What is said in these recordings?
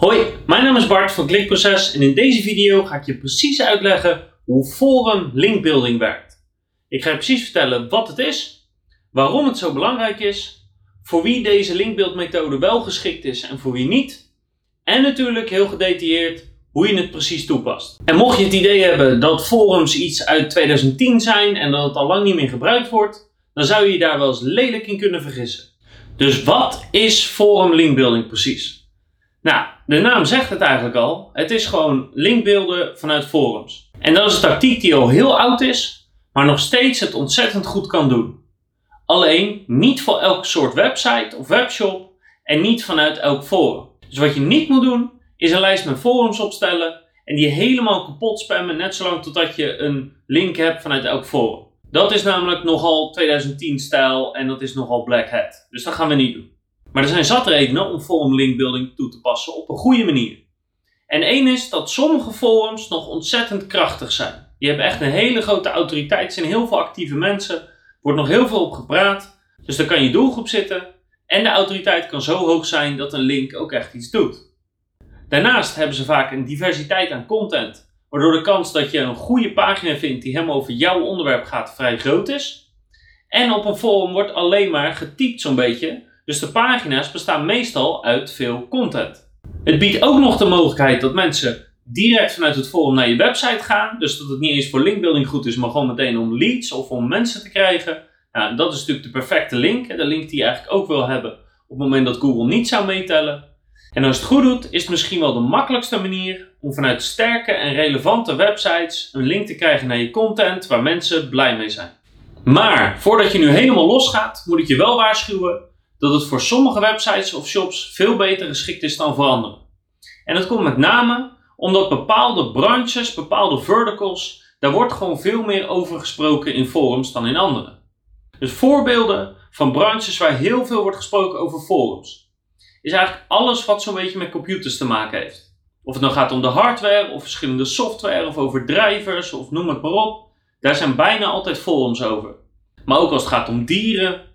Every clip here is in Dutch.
Hoi, mijn naam is Bart van Klikproces en in deze video ga ik je precies uitleggen hoe forum linkbuilding werkt. Ik ga je precies vertellen wat het is, waarom het zo belangrijk is, voor wie deze linkbuildmethode wel geschikt is en voor wie niet. En natuurlijk heel gedetailleerd hoe je het precies toepast. En mocht je het idee hebben dat forums iets uit 2010 zijn en dat het al lang niet meer gebruikt wordt, dan zou je je daar wel eens lelijk in kunnen vergissen. Dus wat is forum linkbuilding precies? Nou, de naam zegt het eigenlijk al. Het is gewoon linkbeelden vanuit forums. En dat is een tactiek die al heel oud is, maar nog steeds het ontzettend goed kan doen. Alleen niet voor elk soort website of webshop en niet vanuit elk forum. Dus wat je niet moet doen, is een lijst met forums opstellen en die helemaal kapot spammen, net zolang totdat je een link hebt vanuit elk forum. Dat is namelijk nogal 2010 stijl en dat is nogal black hat. Dus dat gaan we niet doen. Maar er zijn zat redenen om forum linkbuilding toe te passen op een goede manier. En één is dat sommige forums nog ontzettend krachtig zijn. Die hebben echt een hele grote autoriteit, er zijn heel veel actieve mensen, er wordt nog heel veel op gepraat. Dus daar kan je doelgroep zitten en de autoriteit kan zo hoog zijn dat een link ook echt iets doet. Daarnaast hebben ze vaak een diversiteit aan content, waardoor de kans dat je een goede pagina vindt die helemaal over jouw onderwerp gaat vrij groot is. En op een forum wordt alleen maar getypt zo'n beetje. Dus de pagina's bestaan meestal uit veel content. Het biedt ook nog de mogelijkheid dat mensen direct vanuit het forum naar je website gaan. Dus dat het niet eens voor linkbuilding goed is, maar gewoon meteen om leads of om mensen te krijgen. Nou, dat is natuurlijk de perfecte link. De link die je eigenlijk ook wil hebben op het moment dat Google niet zou meetellen. En als je het goed doet, is het misschien wel de makkelijkste manier om vanuit sterke en relevante websites een link te krijgen naar je content waar mensen blij mee zijn. Maar voordat je nu helemaal losgaat, moet ik je wel waarschuwen dat het voor sommige websites of shops veel beter geschikt is dan voor anderen. En dat komt met name omdat bepaalde branches, bepaalde verticals, daar wordt gewoon veel meer over gesproken in forums dan in andere. Dus voorbeelden van branches waar heel veel wordt gesproken over forums, is eigenlijk alles wat zo'n beetje met computers te maken heeft. Of het nou gaat om de hardware of verschillende software of over drivers of noem het maar op. Daar zijn bijna altijd forums over. Maar ook als het gaat om dieren,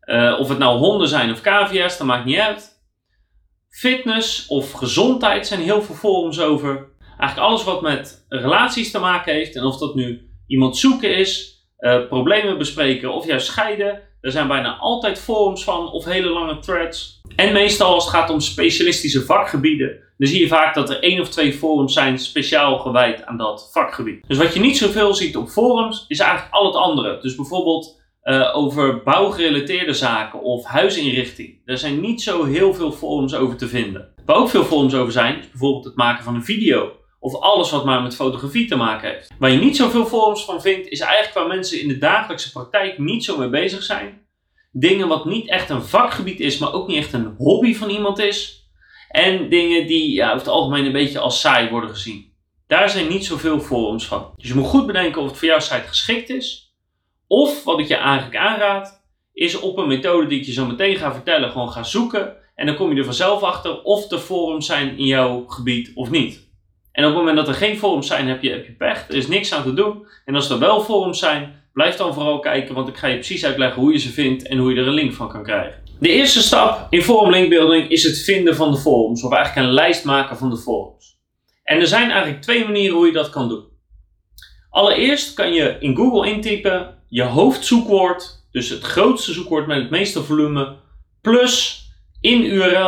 of het nou honden zijn of cavia's, dat maakt niet uit. Fitness of gezondheid zijn heel veel forums over. Eigenlijk alles wat met relaties te maken heeft. En of dat nu iemand zoeken is, problemen bespreken of juist scheiden. Er zijn bijna altijd forums van of hele lange threads. En meestal als het gaat om specialistische vakgebieden, dan zie je vaak dat er 1 of 2 forums zijn speciaal gewijd aan dat vakgebied. Dus wat je niet zoveel ziet op forums is eigenlijk al het andere. Dus bijvoorbeeld over bouwgerelateerde zaken of huisinrichting. Er zijn niet zo heel veel forums over te vinden. Waar ook veel forums over zijn, is bijvoorbeeld het maken van een video. Of alles wat maar met fotografie te maken heeft. Waar je niet zoveel forums van vindt, is eigenlijk waar mensen in de dagelijkse praktijk niet zo mee bezig zijn. Dingen wat niet echt een vakgebied is, maar ook niet echt een hobby van iemand is. En dingen die over het algemeen een beetje als saai worden gezien. Daar zijn niet zoveel forums van. Dus je moet goed bedenken of het voor jouw site geschikt is. Of, wat ik je eigenlijk aanraad, is op een methode die ik je zo meteen ga vertellen, gewoon gaan zoeken. En dan kom je er vanzelf achter of er forums zijn in jouw gebied of niet. En op het moment dat er geen forums zijn, heb je pech. Er is niks aan te doen. En als er wel forums zijn, blijf dan vooral kijken, want ik ga je precies uitleggen hoe je ze vindt en hoe je er een link van kan krijgen. De eerste stap in forum linkbuilding is het vinden van de forums, of eigenlijk een lijst maken van de forums. En er zijn eigenlijk 2 manieren hoe je dat kan doen. Allereerst kan je in Google intypen je hoofdzoekwoord, dus het grootste zoekwoord met het meeste volume, plus in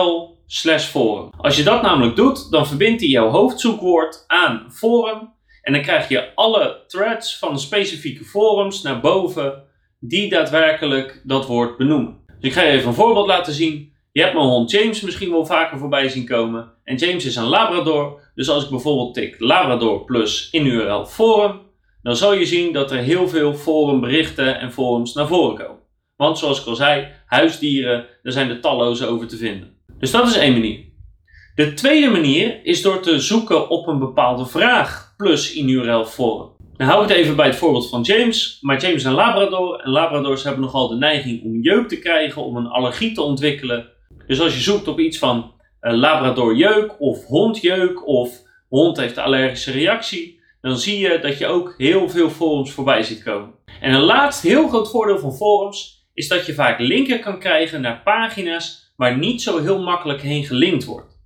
URL/forum. Als je dat namelijk doet, dan verbindt hij jouw hoofdzoekwoord aan forum en dan krijg je alle threads van de specifieke forums naar boven die daadwerkelijk dat woord benoemen. Dus ik ga je even een voorbeeld laten zien. Je hebt mijn hond James misschien wel vaker voorbij zien komen en James is een Labrador, dus als ik bijvoorbeeld tik Labrador plus in URL forum, dan zal je zien dat er heel veel forumberichten en forums naar voren komen. Want zoals ik al zei, huisdieren, daar zijn er talloze over te vinden. Dus dat is 1 manier. De tweede manier is door te zoeken op een bepaalde vraag plus in URL forum. Dan hou ik het even bij het voorbeeld van James. Maar James is een Labrador en Labradors hebben nogal de neiging om jeuk te krijgen, om een allergie te ontwikkelen. Dus als je zoekt op iets van Labrador jeuk of hondjeuk of hond heeft een allergische reactie, dan zie je dat je ook heel veel forums voorbij ziet komen. En een laatst heel groot voordeel van forums is dat je vaak linken kan krijgen naar pagina's waar niet zo heel makkelijk heen gelinkt wordt.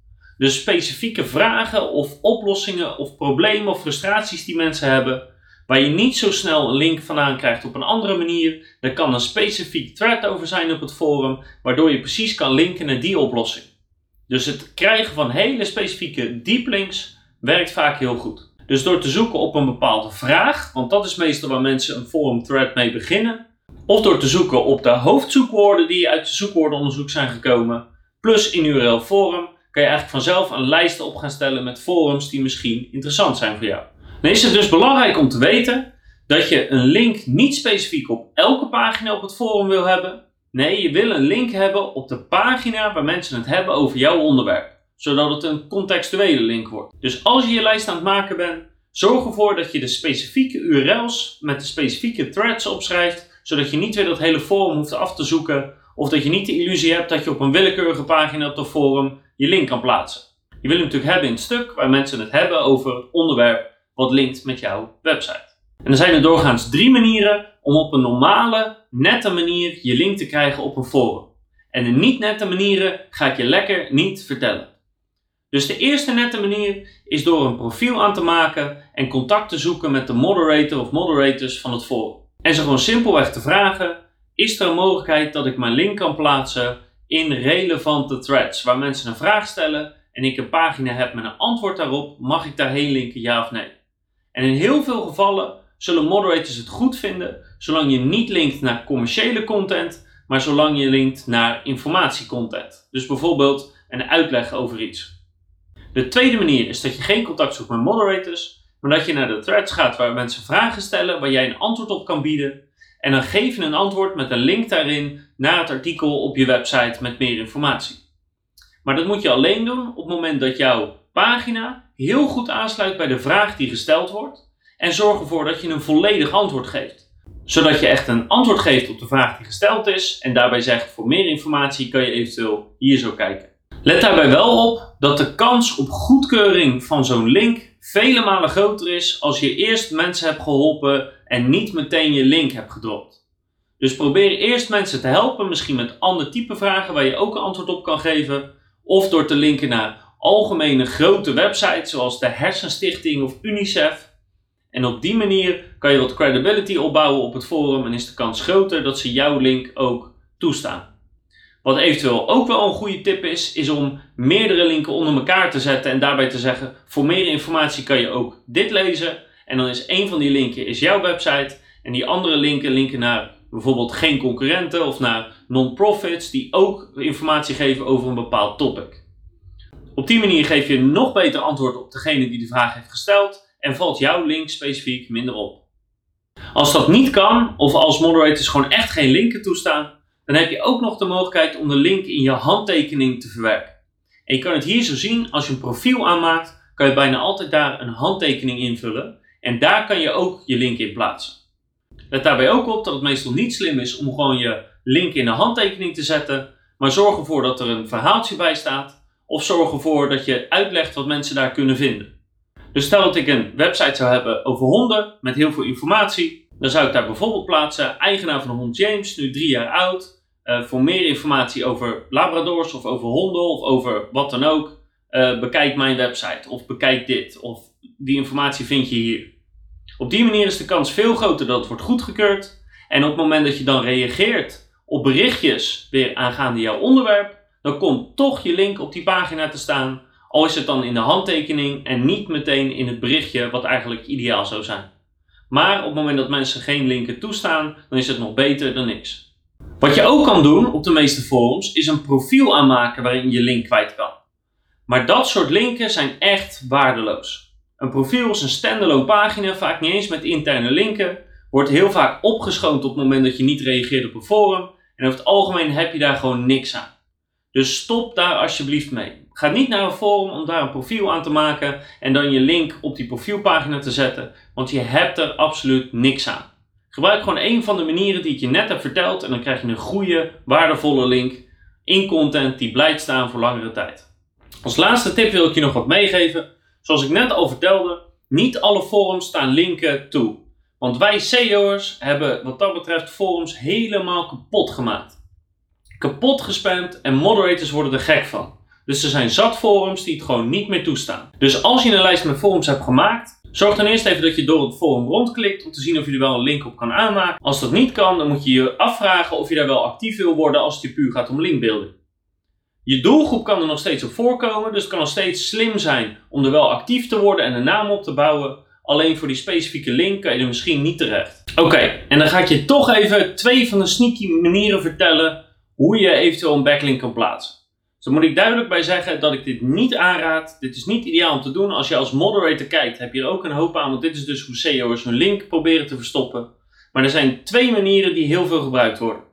Dus specifieke vragen of oplossingen of problemen of frustraties die mensen hebben, waar je niet zo snel een link vandaan krijgt op een andere manier, daar kan een specifiek thread over zijn op het forum, waardoor je precies kan linken naar die oplossing. Dus het krijgen van hele specifieke deep links werkt vaak heel goed. Dus door te zoeken op een bepaalde vraag, want dat is meestal waar mensen een forum thread mee beginnen, of door te zoeken op de hoofdzoekwoorden die uit je zoekwoordenonderzoek zijn gekomen, plus in URL forum, kan je eigenlijk vanzelf een lijst op gaan stellen met forums die misschien interessant zijn voor jou. Dan is het dus belangrijk om te weten dat je een link niet specifiek op elke pagina op het forum wil hebben. Nee, je wil een link hebben op de pagina waar mensen het hebben over jouw onderwerp, zodat het een contextuele link wordt. Dus als je je lijst aan het maken bent, zorg ervoor dat je de specifieke URL's met de specifieke threads opschrijft, zodat je niet weer dat hele forum hoeft af te zoeken, of dat je niet de illusie hebt dat je op een willekeurige pagina op het forum je link kan plaatsen. Je wil hem natuurlijk hebben in het stuk waar mensen het hebben over het onderwerp wat linkt met jouw website. En er zijn er doorgaans 3 manieren om op een normale, nette manier je link te krijgen op een forum. En de niet nette manieren ga ik je lekker niet vertellen. Dus de eerste nette manier is door een profiel aan te maken en contact te zoeken met de moderator of moderators van het forum. En ze gewoon simpelweg te vragen, is er een mogelijkheid dat ik mijn link kan plaatsen in relevante threads waar mensen een vraag stellen en ik een pagina heb met een antwoord daarop, mag ik daarheen linken, ja of nee? En in heel veel gevallen zullen moderators het goed vinden zolang je niet linkt naar commerciële content, maar zolang je linkt naar informatiecontent. Dus bijvoorbeeld een uitleg over iets. De tweede manier is dat je geen contact zoekt met moderators, maar dat je naar de threads gaat waar mensen vragen stellen, waar jij een antwoord op kan bieden. En dan geef je een antwoord met een link daarin naar het artikel op je website met meer informatie. Maar dat moet je alleen doen op het moment dat jouw pagina heel goed aansluit bij de vraag die gesteld wordt. En zorg ervoor dat je een volledig antwoord geeft. Zodat je echt een antwoord geeft op de vraag die gesteld is. En daarbij zegt, voor meer informatie kan je eventueel hier zo kijken. Let daarbij wel op dat de kans op goedkeuring van zo'n link vele malen groter is als je eerst mensen hebt geholpen en niet meteen je link hebt gedropt. Dus probeer eerst mensen te helpen, misschien met ander type vragen waar je ook een antwoord op kan geven. Of door te linken naar algemene grote websites zoals de Hersenstichting of UNICEF. En op die manier kan je wat credibility opbouwen op het forum en is de kans groter dat ze jouw link ook toestaan. Wat eventueel ook wel een goede tip is om meerdere linken onder elkaar te zetten en daarbij te zeggen, voor meer informatie kan je ook dit lezen. En dan is een van die linken is jouw website en die andere linken naar bijvoorbeeld geen concurrenten of naar non-profits die ook informatie geven over een bepaald topic. Op die manier geef je een nog beter antwoord op degene die de vraag heeft gesteld en valt jouw link specifiek minder op. Als dat niet kan of als moderators gewoon echt geen linken toestaan, dan heb je ook nog de mogelijkheid om de link in je handtekening te verwerken. En je kan het hier zo zien, als je een profiel aanmaakt, kan je bijna altijd daar een handtekening invullen en daar kan je ook je link in plaatsen. Let daarbij ook op dat het meestal niet slim is om gewoon je link in een handtekening te zetten, maar zorg ervoor dat er een verhaaltje bij staat of zorg ervoor dat je uitlegt wat mensen daar kunnen vinden. Dus stel dat ik een website zou hebben over honden met heel veel informatie, dan zou ik daar bijvoorbeeld plaatsen, eigenaar van de hond James, nu 3 jaar oud. Voor meer informatie over labradors of over honden of over wat dan ook, bekijk mijn website of bekijk dit of die informatie vind je hier. Op die manier is de kans veel groter dat het wordt goedgekeurd en op het moment dat je dan reageert op berichtjes weer aangaande jouw onderwerp, dan komt toch je link op die pagina te staan, al is het dan in de handtekening en niet meteen in het berichtje wat eigenlijk ideaal zou zijn. Maar op het moment dat mensen geen linken toestaan, dan is het nog beter dan niks. Wat je ook kan doen op de meeste forums is een profiel aanmaken waarin je link kwijt kan. Maar dat soort linken zijn echt waardeloos. Een profiel is een standalone pagina, vaak niet eens met interne linken, wordt heel vaak opgeschoond op het moment dat je niet reageert op een forum en over het algemeen heb je daar gewoon niks aan. Dus stop daar alsjeblieft mee. Ga niet naar een forum om daar een profiel aan te maken en dan je link op die profielpagina te zetten, want je hebt er absoluut niks aan. Gebruik gewoon een van de manieren die ik je net heb verteld en dan krijg je een goede, waardevolle link in content die blijft staan voor langere tijd. Als laatste tip wil ik je nog wat meegeven. Zoals ik net al vertelde, niet alle forums staan linken toe. Want wij SEO'ers hebben wat dat betreft forums helemaal kapot gemaakt. Kapot gespamd en moderators worden er gek van. Dus er zijn zat forums die het gewoon niet meer toestaan. Dus als je een lijst met forums hebt gemaakt, zorg dan eerst even dat je door het forum rondklikt om te zien of je er wel een link op kan aanmaken. Als dat niet kan, dan moet je je afvragen of je daar wel actief wil worden als het je puur gaat om linkbuilding. Je doelgroep kan er nog steeds op voorkomen, dus het kan nog steeds slim zijn om er wel actief te worden en een naam op te bouwen. Alleen voor die specifieke link kan je er misschien niet terecht. Oké, en dan ga ik je toch even 2 van de sneaky manieren vertellen hoe je eventueel een backlink kan plaatsen. Dus daar moet ik duidelijk bij zeggen dat ik dit niet aanraad. Dit is niet ideaal om te doen. Als je als moderator kijkt, heb je er ook een hoop aan, want dit is dus hoe SEO'ers hun link proberen te verstoppen. Maar er zijn 2 manieren die heel veel gebruikt worden.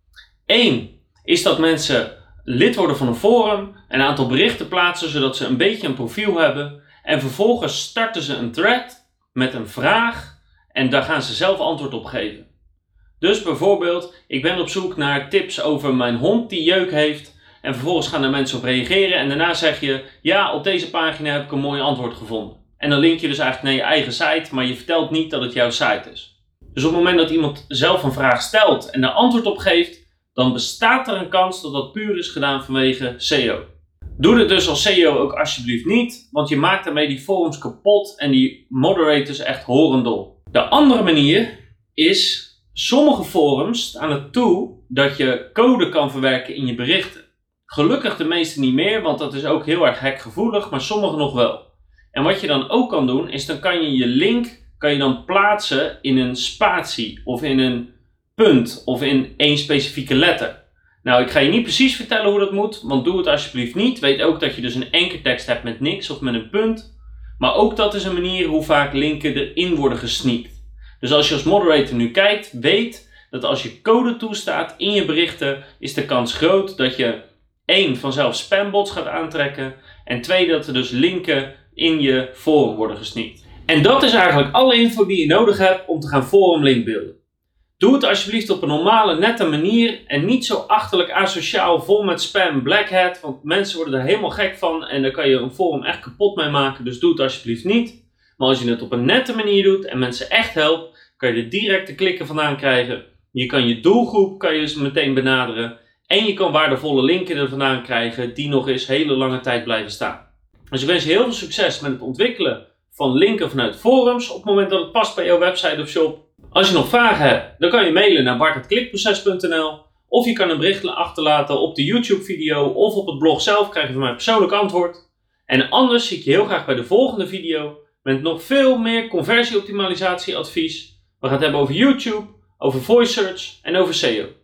1 is dat mensen lid worden van een forum, een aantal berichten plaatsen zodat ze een beetje een profiel hebben en vervolgens starten ze een thread met een vraag en daar gaan ze zelf antwoord op geven. Dus bijvoorbeeld, ik ben op zoek naar tips over mijn hond die jeuk heeft en vervolgens gaan er mensen op reageren en daarna zeg je, ja, op deze pagina heb ik een mooi antwoord gevonden. En dan link je dus eigenlijk naar je eigen site, maar je vertelt niet dat het jouw site is. Dus op het moment dat iemand zelf een vraag stelt en daar antwoord op geeft, dan bestaat er een kans dat dat puur is gedaan vanwege SEO. Doe dit dus als SEO ook alsjeblieft niet, want je maakt daarmee die forums kapot en die moderators echt horendol. De andere manier is, sommige forums staan er toe dat je code kan verwerken in je berichten. Gelukkig de meeste niet meer, want dat is ook heel erg hackgevoelig, maar sommige nog wel. En wat je dan ook kan doen, is dan kan je je link plaatsen in een spatie of in een punt of in één specifieke letter. Nou, ik ga je niet precies vertellen hoe dat moet, want doe het alsjeblieft niet. Weet ook dat je dus een ankertekst hebt met niks of met een punt. Maar ook dat is een manier hoe vaak linken erin worden gesneakt. Dus als je als moderator nu kijkt, weet dat als je code toestaat in je berichten, is de kans groot dat je 1 vanzelf spambots gaat aantrekken en 2 dat er dus linken in je forum worden gesneakt. En dat is eigenlijk alle info die je nodig hebt om te gaan forum linkbuilden. Doe het alsjeblieft op een normale, nette manier en niet zo achterlijk asociaal vol met spam, black hat, want mensen worden er helemaal gek van en daar kan je een forum echt kapot mee maken, dus doe het alsjeblieft niet. Maar als je het op een nette manier doet en mensen echt helpt, kan je er directe klikken vandaan krijgen. Je kan je doelgroep meteen benaderen en je kan waardevolle linken er vandaan krijgen die nog eens hele lange tijd blijven staan. Dus ik wens je heel veel succes met het ontwikkelen van linken vanuit forums op het moment dat het past bij jouw website of shop. Als je nog vragen hebt, dan kan je mailen naar bart@klikproces.nl of je kan een bericht achterlaten op de YouTube video of op het blog zelf, krijg je van mij persoonlijk antwoord. En anders zie ik je heel graag bij de volgende video met nog veel meer conversieoptimalisatie advies. We gaan het hebben over YouTube, over voice search en over SEO.